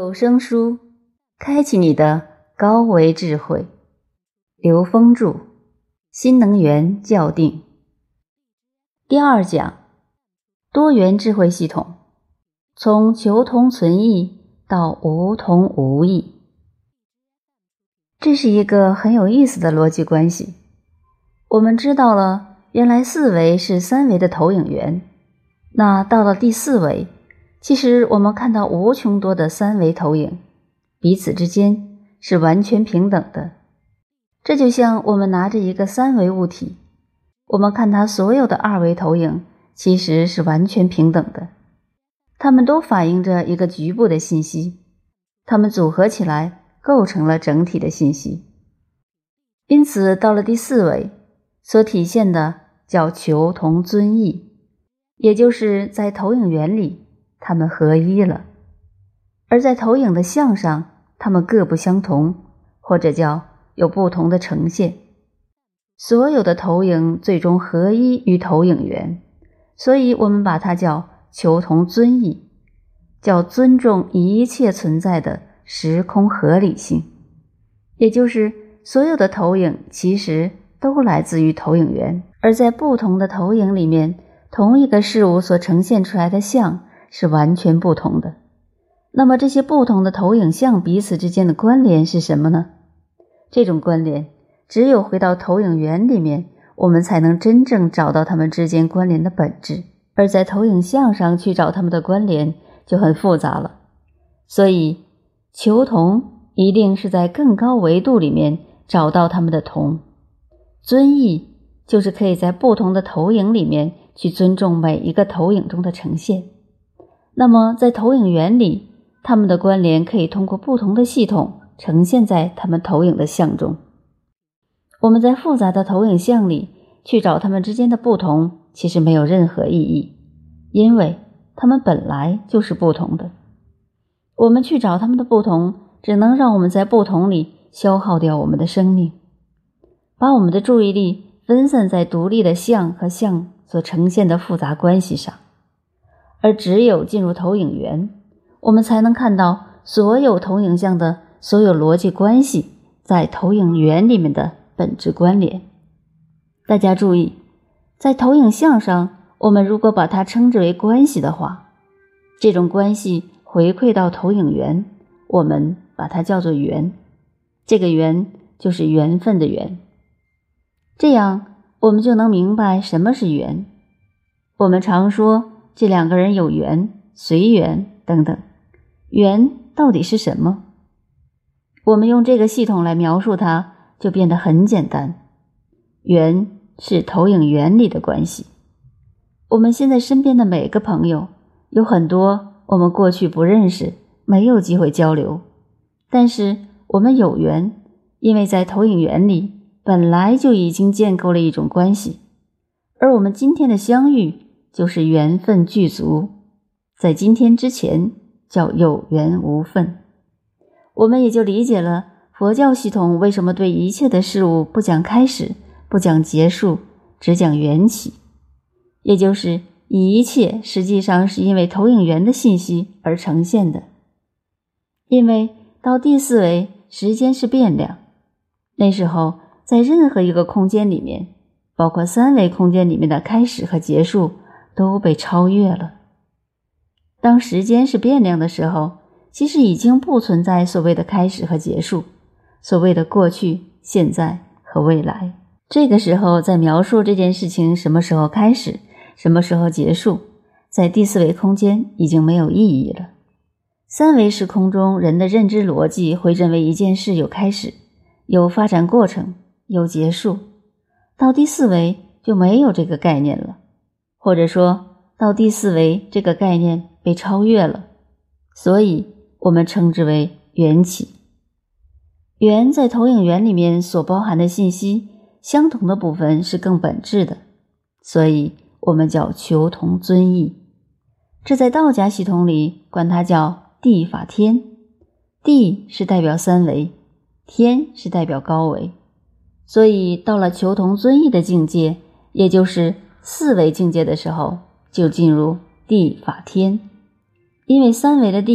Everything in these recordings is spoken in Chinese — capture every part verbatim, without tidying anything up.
有声书，开启你的高维智慧。刘峰著，新能源校订。第二讲，多元智慧系统，从求同存异到无同无异。这是一个很有意思的逻辑关系。我们知道了，原来四维是三维的投影源，那到了第四维，其实我们看到无穷多的三维投影，彼此之间是完全平等的。这就像我们拿着一个三维物体，我们看它所有的二维投影其实是完全平等的，它们都反映着一个局部的信息，它们组合起来构成了整体的信息。因此到了第四维，所体现的叫求同尊异，也就是在投影源里它们合一了，而在投影的相上它们各不相同，或者叫有不同的呈现。所有的投影最终合一于投影源，所以我们把它叫求同尊异，叫尊重一切存在的时空合理性，也就是所有的投影其实都来自于投影源，而在不同的投影里面，同一个事物所呈现出来的像是完全不同的。那么这些不同的投影像彼此之间的关联是什么呢？这种关联只有回到投影源里面，我们才能真正找到它们之间关联的本质，而在投影像上去找它们的关联就很复杂了。所以求同一定是在更高维度里面找到它们的同，尊异就是可以在不同的投影里面去尊重每一个投影中的呈现。那么在投影源里，它们的关联可以通过不同的系统呈现在它们投影的像中。我们在复杂的投影像里去找它们之间的不同，其实没有任何意义，因为它们本来就是不同的。我们去找它们的不同，只能让我们在不同里消耗掉我们的生命，把我们的注意力分散在独立的像和像所呈现的复杂关系上。而只有进入投影源，我们才能看到所有投影像的所有逻辑关系在投影源里面的本质关联。大家注意，在投影像上，我们如果把它称之为关系的话，这种关系回馈到投影源，我们把它叫做缘，这个缘就是缘分的缘。这样我们就能明白什么是缘。我们常说这两个人有缘、随缘等等，缘到底是什么？我们用这个系统来描述它就变得很简单。缘是投影源里的关系。我们现在身边的每个朋友，有很多我们过去不认识，没有机会交流，但是我们有缘，因为在投影源里本来就已经建构了一种关系，而我们今天的相遇就是缘分具足，在今天之前叫有缘无分。我们也就理解了佛教系统为什么对一切的事物不讲开始，不讲结束，只讲缘起，也就是一切实际上是因为投影源的信息而呈现的。因为到第四维，时间是变量，那时候在任何一个空间里面，包括三维空间里面的开始和结束都被超越了。当时间是变量的时候，其实已经不存在所谓的开始和结束，所谓的过去、现在和未来。这个时候在描述这件事情什么时候开始，什么时候结束，在第四维空间已经没有意义了。三维时空中人的认知逻辑会认为一件事有开始，有发展过程，有结束。到第四维就没有这个概念了，或者说到第四维这个概念被超越了，所以我们称之为缘起。缘在投影源里面所包含的信息，相同的部分是更本质的，所以我们叫求同尊异。这在道家系统里管它叫地法天，地是代表三维，天是代表高维。所以到了求同尊异的境界，也就是四维境界的时候，就进入地法天。因为三维的地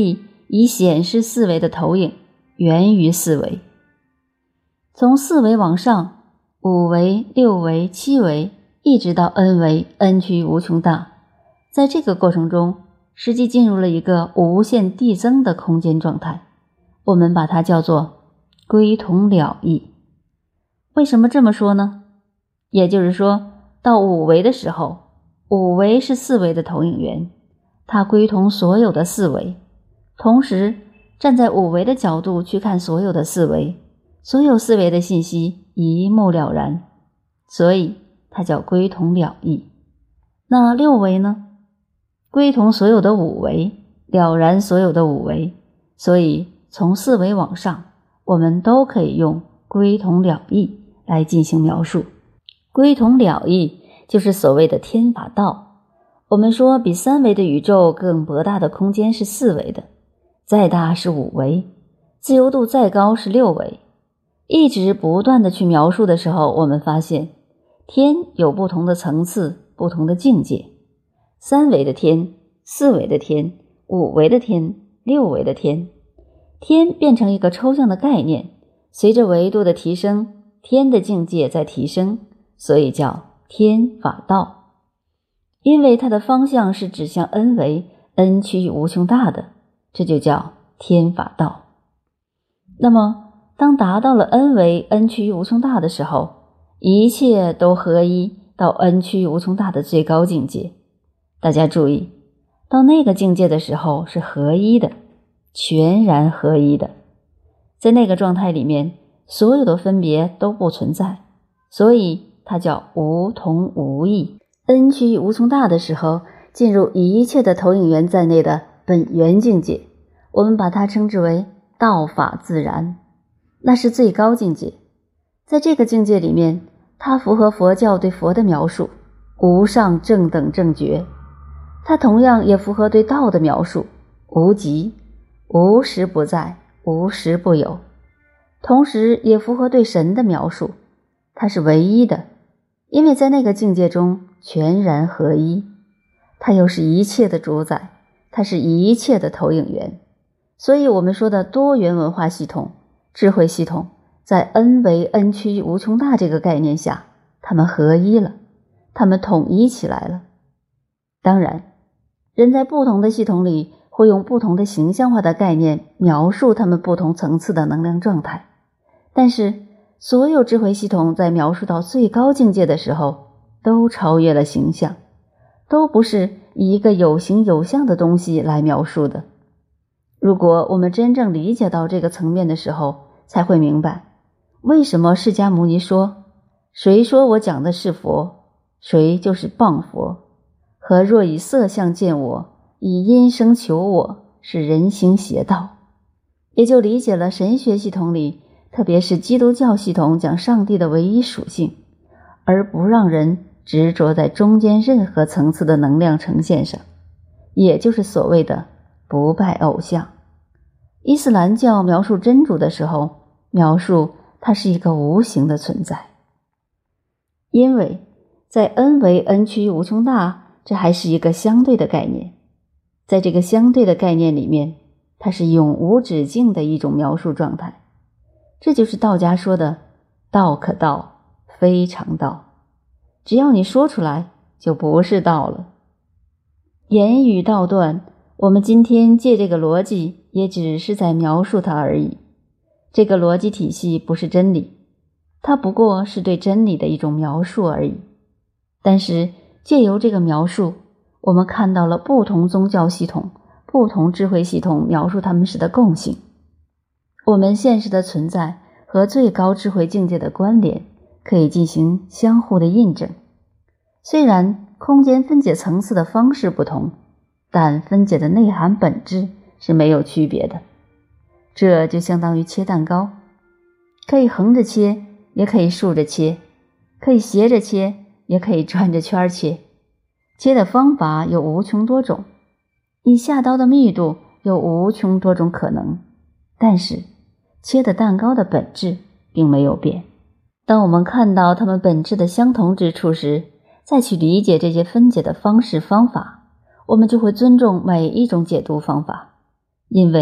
以显示四维的投影源于四维。从四维往上，五维、六维、七维，一直到 n 维 n 趋于无穷大，在这个过程中，实际进入了一个无限递增的空间状态，我们把它叫做归同了义。为什么这么说呢？也就是说，到五维的时候，五维是四维的投影源，它归同所有的四维，同时站在五维的角度去看所有的四维，所有四维的信息一目了然，所以它叫归同了义。那六维呢？归同所有的五维，了然所有的五维，所以从四维往上，我们都可以用归同了义来进行描述。归同了义就是所谓的天法道。我们说比三维的宇宙更博大的空间是四维的，再大是五维，自由度再高是六维。一直不断的去描述的时候，我们发现天有不同的层次，不同的境界。三维的天，四维的天，五维的天，六维的天，天变成一个抽象的概念，随着维度的提升，天的境界在提升，所以叫天法道。因为它的方向是指向 n 维 n 趋于无穷大的，这就叫天法道。那么当达到了 n 维 n 趋于无穷大的时候，一切都合一到 n 趋于无穷大的最高境界。大家注意，到那个境界的时候是合一的，全然合一的。在那个状态里面，所有的分别都不存在，所以它叫无同无异。 n 趋于无穷大的时候，进入一切的投影源在内的本源境界，我们把它称之为道法自然，那是最高境界。在这个境界里面，它符合佛教对佛的描述，无上正等正觉。它同样也符合对道的描述，无极，无时不在，无时不有。同时也符合对神的描述，它是唯一的，因为在那个境界中全然合一。它又是一切的主宰，它是一切的投影源。所以我们说的多元文化系统、智慧系统，在 n 维 n 趋于无穷大这个概念下，它们合一了，它们统一起来了。当然，人在不同的系统里会用不同的形象化的概念描述他们不同层次的能量状态，但是所有智慧系统在描述到最高境界的时候，都超越了形象，都不是以一个有形有相的东西来描述的。如果我们真正理解到这个层面的时候，才会明白为什么释迦牟尼说，谁说我讲的是佛，谁就是谤佛。和若以色相见我，以音声求我，是人行邪道。也就理解了神学系统里，特别是基督教系统讲上帝的唯一属性，而不让人执着在中间任何层次的能量呈现上，也就是所谓的不拜偶像。伊斯兰教描述真主的时候，描述它是一个无形的存在。因为在 n 维 n 趋于无穷大，这还是一个相对的概念，在这个相对的概念里面，它是永无止境的一种描述状态。这就是道家说的道可道，非常道。只要你说出来，就不是道了。言语道断，我们今天借这个逻辑，也只是在描述它而已。这个逻辑体系不是真理，它不过是对真理的一种描述而已。但是借由这个描述，我们看到了不同宗教系统、不同智慧系统描述它们时的共性。我们现实的存在和最高智慧境界的关联可以进行相互的印证。虽然空间分解层次的方式不同，但分解的内涵本质是没有区别的。这就相当于切蛋糕，可以横着切，也可以竖着切，可以斜着切，也可以转着圈切。切的方法有无穷多种，你下刀的密度有无穷多种可能，但是切的蛋糕的本质并没有变。当我们看到它们本质的相同之处时，再去理解这些分解的方式方法，我们就会尊重每一种解读方法，因为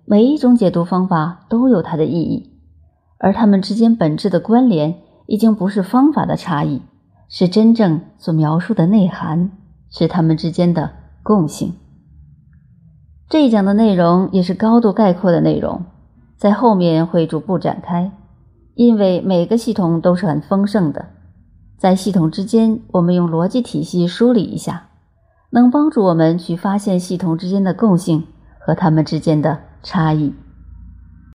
每一种解读方法都有它的意义，而它们之间本质的关联已经不是方法的差异，是真正所描述的内涵，是它们之间的共性。这一讲的内容也是高度概括的内容，在后面会逐步展开，因为每个系统都是很丰盛的，在系统之间我们用逻辑体系梳理一下，能帮助我们去发现系统之间的共性和它们之间的差异。